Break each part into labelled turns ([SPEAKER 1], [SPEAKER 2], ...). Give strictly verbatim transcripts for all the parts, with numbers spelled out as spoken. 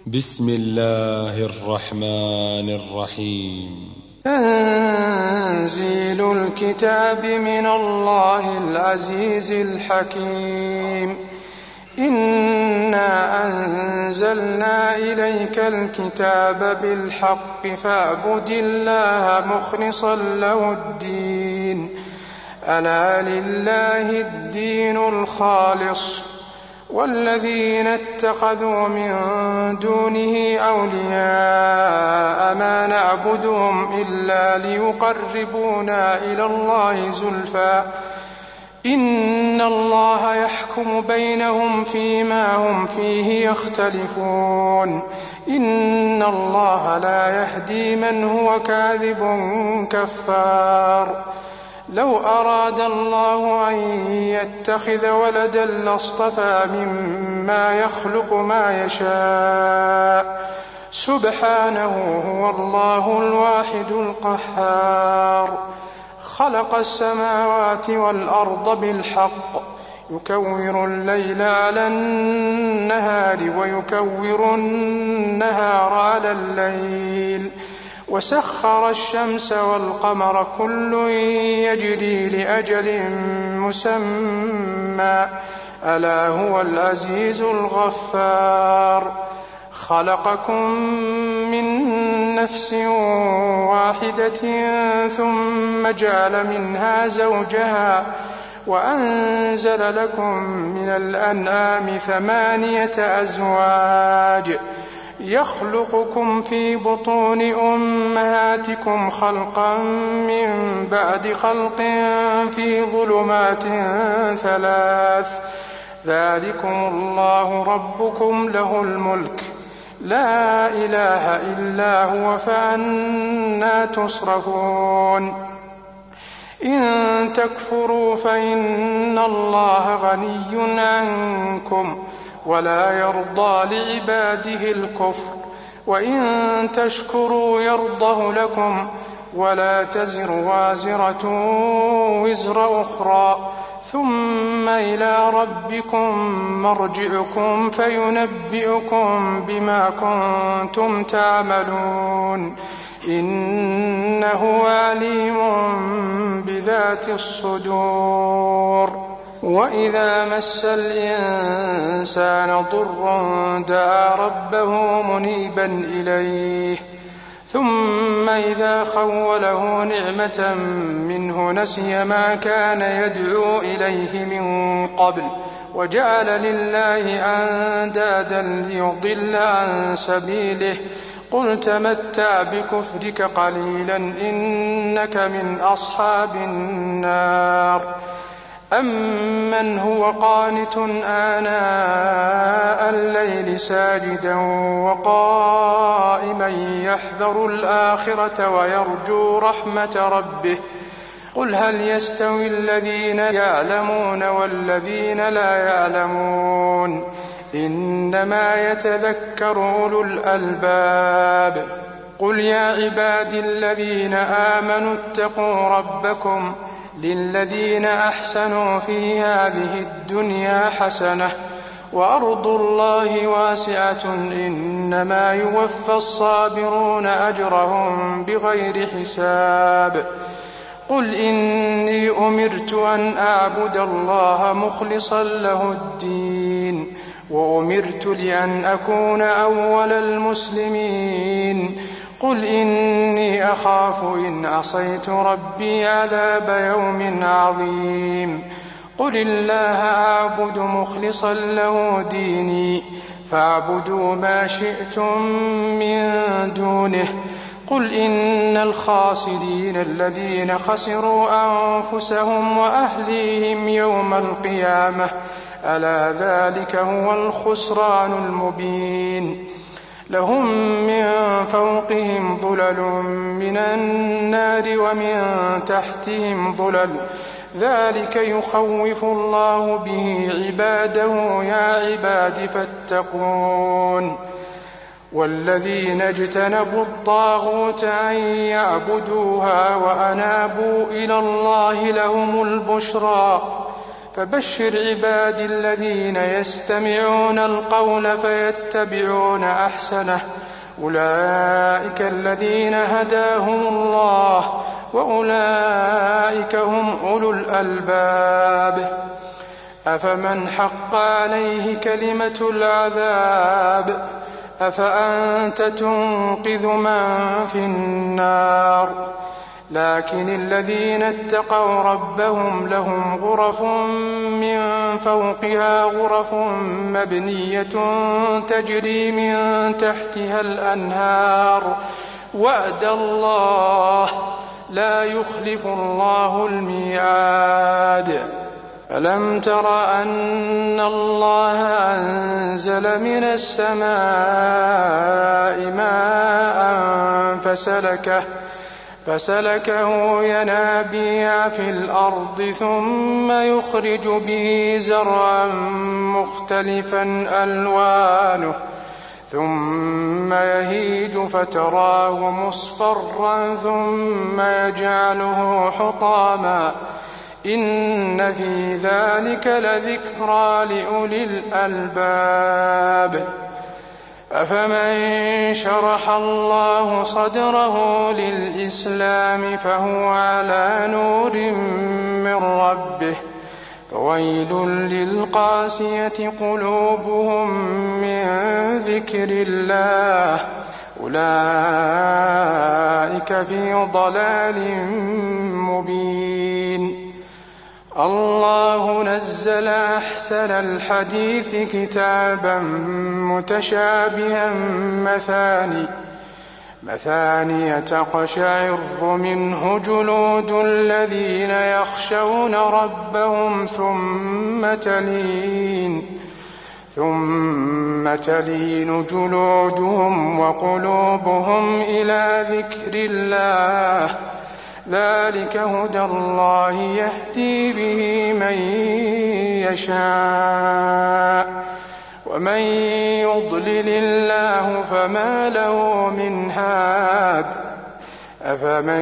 [SPEAKER 1] بسم الله الرحمن الرحيم.
[SPEAKER 2] تنزيل الكتاب من الله العزيز الحكيم. إنا أنزلنا إليك الكتاب بالحق فاعبد الله مخلصا له الدين ألا لله الدين الخالص والذين اتخذوا من دونه أولياء ما نعبدهم إلا ليقربونا إلى الله زلفى إن الله يحكم بينهم فيما هم فيه يختلفون إن الله لا يهدي من هو كاذب كفار. لو أراد الله أن يتخذ ولدا لاصطفى مما يخلق ما يشاء سبحانه هو الله الواحد القهار. خلق السماوات والأرض بالحق يكور الليل على النهار ويكور النهار على الليل وسخر الشمس والقمر كل يجري لأجل مسمى ألا هو العزيز الغفار. خلقكم من نفس واحدة ثم جعل منها زوجها وأنزل لكم من الأنعام ثمانية أزواج يخلقكم في بطون أمهاتكم خلقا من بعد خلق في ظلمات ثلاث ذلكم الله ربكم له الملك لا إله إلا هو فأنى تصرفون. إن تكفروا فإن الله غني عنكم ولا يرضى لعباده الكفر وإن تشكروا يرضه لكم ولا تزر وازرة وزر أخرى ثم إلى ربكم مرجعكم فينبئكم بما كنتم تعملون إنه عليم بذات الصدور. وإذا مس الإنسان ضر دعا ربه منيبا إليه ثم إذا خوله نعمة منه نسي ما كان يدعو إليه من قبل وجعل لله أندادا ليضل عن سبيله قل تمتع بكفرك قليلا إنك من أصحاب النار. أمن هو قانت آناء الليل ساجدا وقائما يحذر الآخرة ويرجو رحمة ربه قل هل يستوي الذين يعلمون والذين لا يعلمون إنما يتذكر أولو الألباب. قل يا عبادي الذين آمنوا اتقوا ربكم للذين أحسنوا في هذه الدنيا حسنة وأرض الله واسعة إنما يوفى الصابرون أجرهم بغير حساب. قل إني أمرت أن أعبد الله مخلصا له الدين وأمرت لأن أكون أول المسلمين. قل إني أخاف إن عصيت ربي عذاب يوم عظيم. قل الله أعبد مخلصا له ديني فاعبدوا ما شئتم من دونه. قل إن الخاسرين الذين خسروا أنفسهم وأهليهم يوم القيامة ألا ذلك هو الخسران المبين. لهم من فوقهم ظلل من النار ومن تحتهم ظلل ذلك يخوف الله به عباده يا عباد فاتقون. والذين اجتنبوا الطاغوت أن يعبدوها وأنابوا إلى الله لهم البشرى فبشر عبادي الذين يستمعون القول فيتبعون أحسنه أولئك الذين هداهم الله وأولئك هم أولو الألباب أفمن حق عليه كلمة العذاب أفأنت تنقذ من في النار لكن الذين اتقوا ربهم لهم غرف من فوقها غرف مبنية تجري من تحتها الأنهار وعد الله لا يخلف الله الميعاد ألم تر أن الله أنزل من السماء ماء فسلكه فسلكه ينابيع في الأرض ثم يخرج به زرعا مختلفا ألوانه ثم يهيج فتراه مصفرا ثم يجعله حطاما إن في ذلك لذكرى لأولي الألباب أفمن شرح الله صدره للإسلام فهو على نور من ربه فويل للقاسية قلوبهم من ذكر الله أولئك في ضلال مبين الله نزل أحسن الحديث كتابا متشابها مثاني مثانية تقشعر منه جلود الذين يخشون ربهم ثم تلين ثم تلين جلودهم وقلوبهم إلى ذكر الله ذلك هدى الله يهدي به من يشاء ومن يضلل الله فما له من هاد أفمن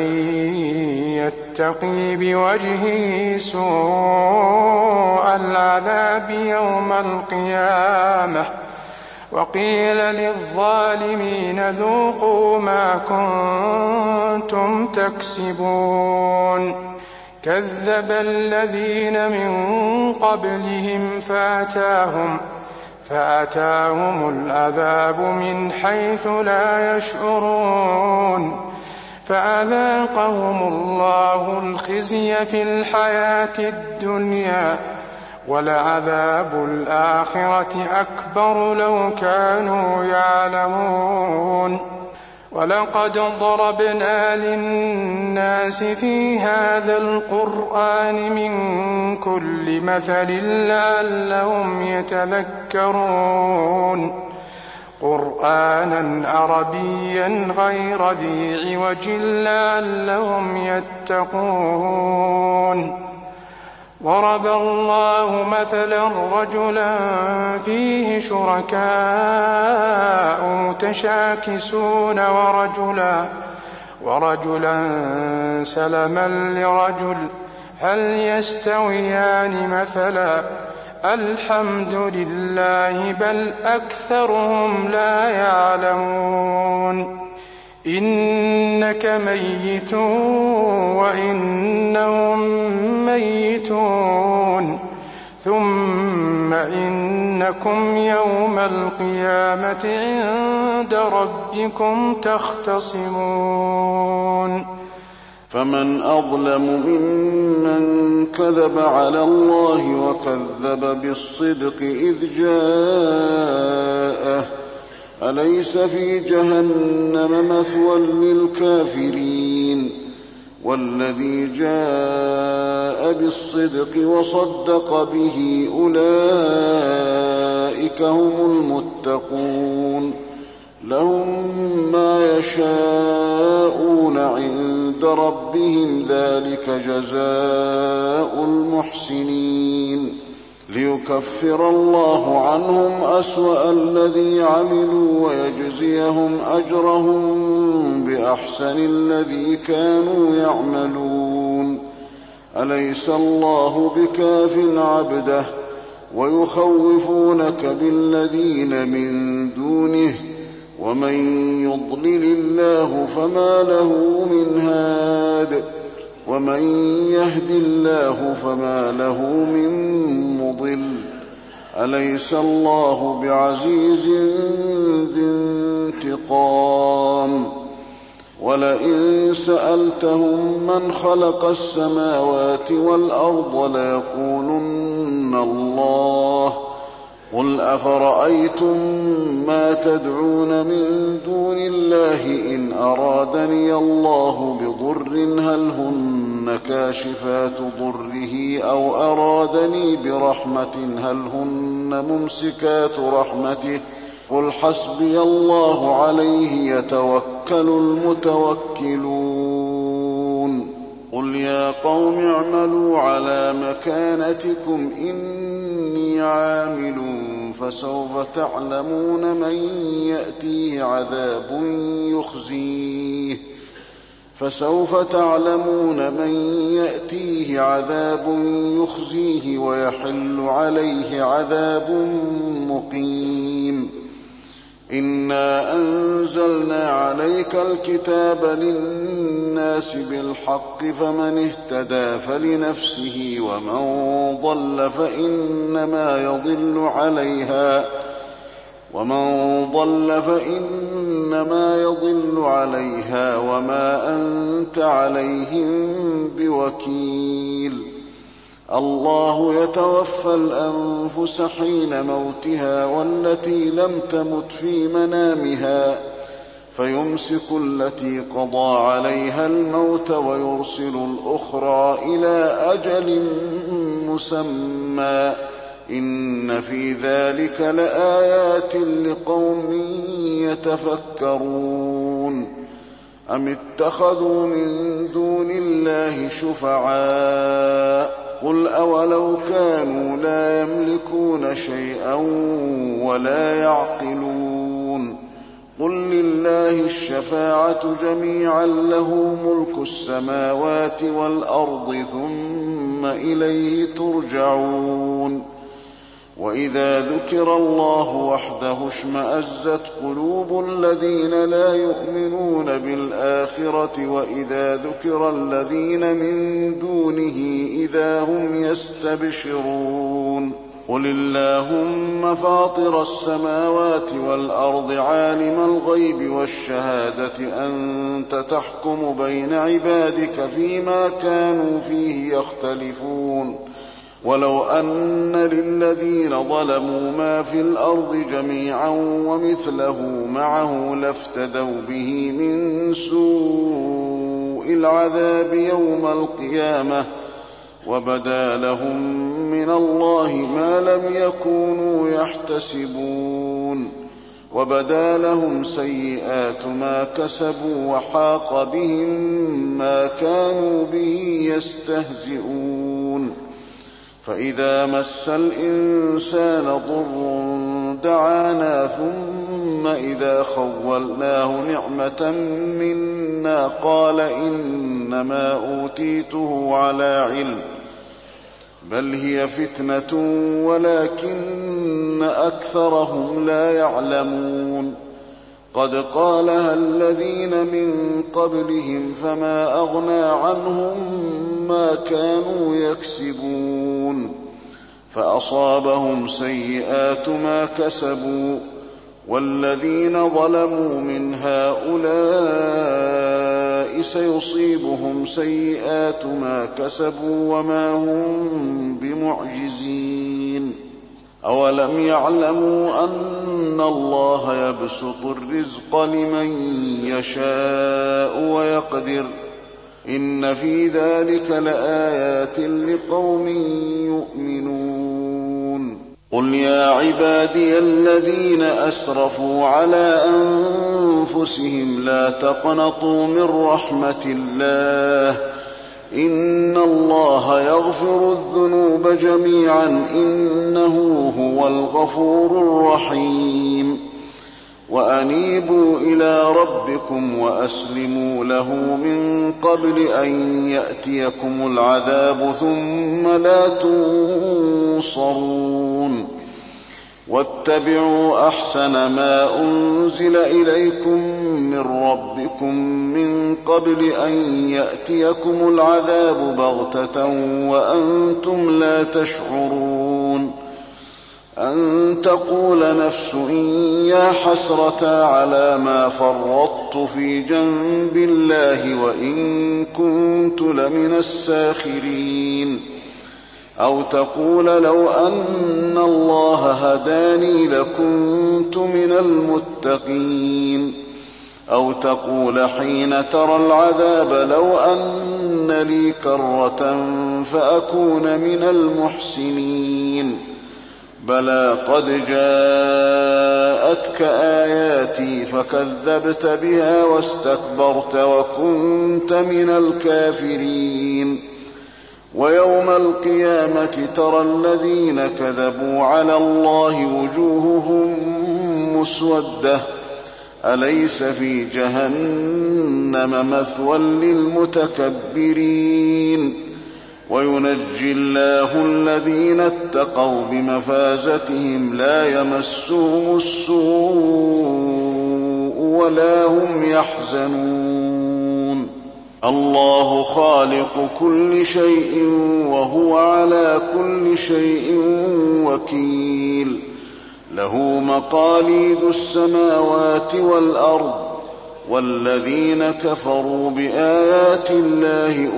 [SPEAKER 2] يتقي بوجهه سوء العذاب يوم القيامة وقيل للظالمين ذوقوا ما كنتم تكسبون كذب الذين من قبلهم فأتاهم فأتاهم العذاب من حيث لا يشعرون فأذاقهم الله الخزي في الحياة الدنيا ولعذاب الآخرة أكبر لو كانوا يعلمون ولقد ضربنا للناس في هذا القرآن من كل مثل لعلهم يتذكرون قرآنا عربيا غير ذي عوج لعلهم يتقون ضرب الله مثلا رجلا فيه شركاء متشاكسون ورجلا ورجلا سلما لرجل هل يستويان مثلا الحمد لله بل أكثرهم لا يعلمون إنك ميت وإنهم ميتون ثم إنكم يوم القيامة عند ربكم تختصمون
[SPEAKER 3] فمن أظلم ممن كذب على الله وكذب بالصدق إذ جاءه أليس في جهنم مثوى للكافرين والذي جاء بالصدق وصدق به أولئك هم المتقون لهم ما يشاءون عند ربهم ذلك جزاء المحسنين ليكفر الله عنهم أسوأ الذي عملوا ويجزيهم أجرهم بأحسن الذي كانوا يعملون أليس الله بكاف عبده ويخوفونك بالذين من دونه ومن يضلل الله فما له من هاد ومن يهد الله فما له من مضل أليس الله بعزيز ذي انتقام ولئن سألتهم من خلق السماوات والأرض ليقولن الله قل أفرأيتم ما تدعون من دون الله إن أرادني الله بضر هل هن كاشفات ضره أو أرادني برحمة هل هن ممسكات رحمته قل حسبي الله عليه يتوكل المتوكلون قل يا قوم اعملوا على مكانتكم إني عامل فسوف تعلمون من يأتيه عذاب يخزيه فسوف تعلمون من يأتيه عذاب يخزيه ويحل عليه عذاب مقيم إنا أنزلنا عليك الكتاب للناس بالحق فمن اهتدى فلنفسه ومن ضل فإنما يضل عليها ومن ضل فإنما يضل عليها وما أنت عليهم بوكيل الله يتوفى الأنفس حين موتها والتي لم تمت في منامها فيمسك التي قضى عليها الموت ويرسل الأخرى إلى أجل مسمى إن في ذلك لآيات لقوم يتفكرون أم اتخذوا من دون الله شفعاء قل أولو كانوا لا يملكون شيئا ولا يعقلون قل لله الشفاعة جميعا له ملك السماوات والأرض ثم إليه ترجعون وإذا ذكر الله وحده اشمأزت قلوب الذين لا يؤمنون بالآخرة وإذا ذكر الذين من دونه إذا هم يستبشرون قل اللهم فاطر السماوات والأرض عالم الغيب والشهادة أنت تحكم بين عبادك فيما كانوا فيه يختلفون ولو أن للذين ظلموا ما في الأرض جميعا ومثله معه لافتدوا به من سوء العذاب يوم القيامة وبدا لهم من الله ما لم يكونوا يحتسبون وبدا لهم سيئات ما كسبوا وحاق بهم ما كانوا به يستهزئون فإذا مس الإنسان ضر دعانا ثم إذا خولناه نعمة منا قال إنما أوتيته على علم بل هي فتنة ولكن أكثرهم لا يعلمون قد قالها الذين من قبلهم فما أغنى عنهم ما كانوا يكسبون فأصابهم سيئات ما كسبوا والذين ظلموا من هؤلاء سيصيبهم سيئات ما كسبوا وما هم بمعجزين أولم يعلموا أن الله يبسط الرزق لمن يشاء ويقدر إن في ذلك لآيات لقوم يؤمنون قل يا عبادي الذين أسرفوا على أنفسهم لا تقنطوا من رحمة الله إن الله يغفر الذنوب جميعا إنه هو الغفور الرحيم وأنيبوا إلى ربكم وأسلموا له من قبل أن يأتيكم العذاب ثم لا تنصرون واتبعوا أحسن ما أنزل إليكم من ربكم من قبل أن يأتيكم العذاب بغتة وأنتم لا تشعرون أن تقول نفس يا حسرة على ما فرطت في جنب الله وإن كنت لمن الساخرين أو تقول لو أن الله هداني لكنت من المتقين أو تقول حين ترى العذاب لو أن لي كرة فأكون من المحسنين بلى قد جاءتك آياتي فكذبت بها واستكبرت وكنت من الكافرين ويوم القيامة ترى الذين كذبوا على الله وجوههم مسودة أليس في جهنم مثوى للمتكبرين وينجي الله الذين اتقوا بمفازتهم لا يمسهم السوء ولا هم يحزنون الله خالق كل شيء وهو على كل شيء وكيل له مقاليد السماوات والأرض والذين كفروا بآيات الله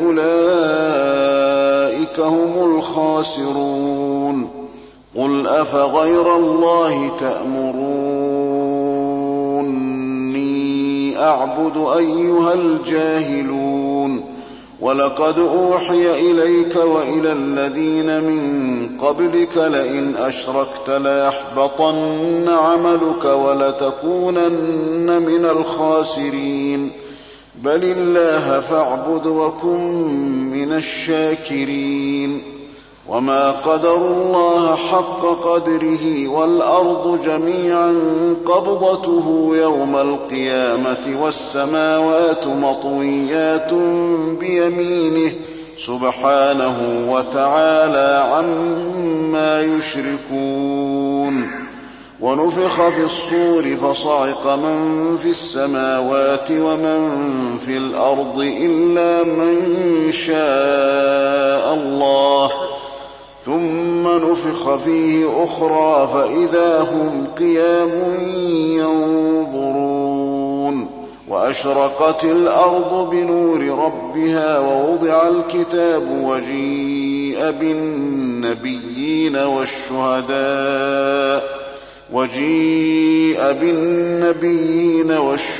[SPEAKER 3] أولئك هم الخاسرون قل أفغير الله تأمروني أعبد أيها الجاهلون ولقد أوحي إليك وإلى الذين من قبلك لئن أشركت ليحبطن عملك ولتكونن من الخاسرين بل الله فاعبد وكن من الشاكرين وما قدروا الله حق قدره والأرض جميعا قبضته يوم القيامة والسماوات مطويات بيمينه سبحانه وتعالى عما يشركون ونفخ في الصور فصعق من في السماوات ومن في الأرض إلا من شاء الله ثم نفخ فيه أخرى فإذا هم قيام ينظرون وأشرقت الأرض بنور ربها ووضع الكتاب وجيء بالنبيين والشهداء وجيء بالنبيين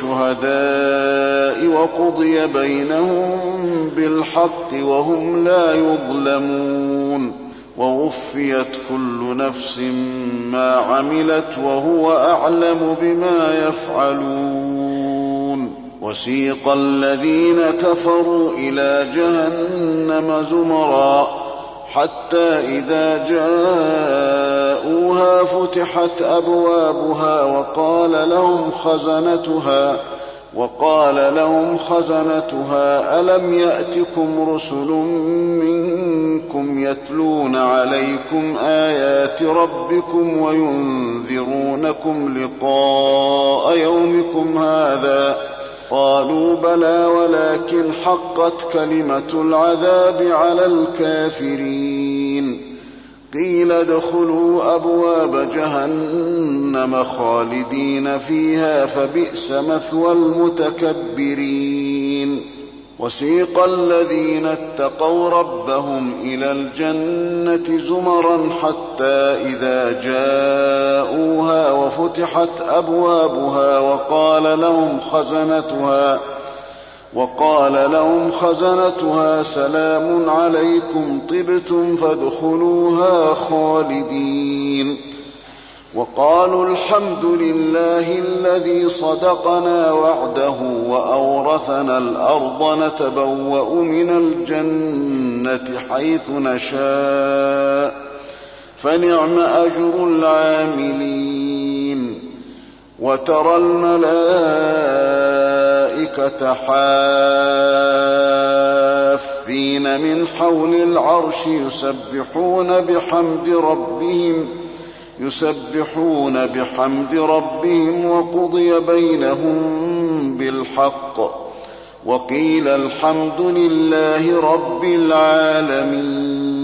[SPEAKER 3] والشهداء وقضي بينهم بالحق وهم لا يظلمون ووفيت كل نفس ما عملت وهو أعلم بما يفعلون وسيق الذين كفروا إلى جهنم زمرا حتى إذا جاءوها فتحت أبوابها وقال لهم خزنتها وقال لهم خزنتها ألم يأتكم رسل منكم يتلون عليكم آيات ربكم وينذرونكم لقاء يومكم هذا قالوا بلى ولكن حقت كلمة العذاب على الكافرين قيل ادخلوا أبواب جهنم خالدين فيها فبئس مثوى المتكبرين وسيق الذين اتقوا ربهم إلى الجنة زمرا حتى إذا جاءوها وفتحت أبوابها وقال لهم خزنتها وقال لهم خزنتها سلام عليكم طبتم فادخلوها خالدين وقالوا الحمد لله الذي صدقنا وعده وأورثنا الأرض نتبوأ من الجنة حيث نشاء فنعم أجر العاملين وترى الملائكة حافين من حول العرش يسبحون بحمد ربهم يسبحون بحمد ربهم وقضي بينهم بالحق وقيل الحمد لله رب العالمين.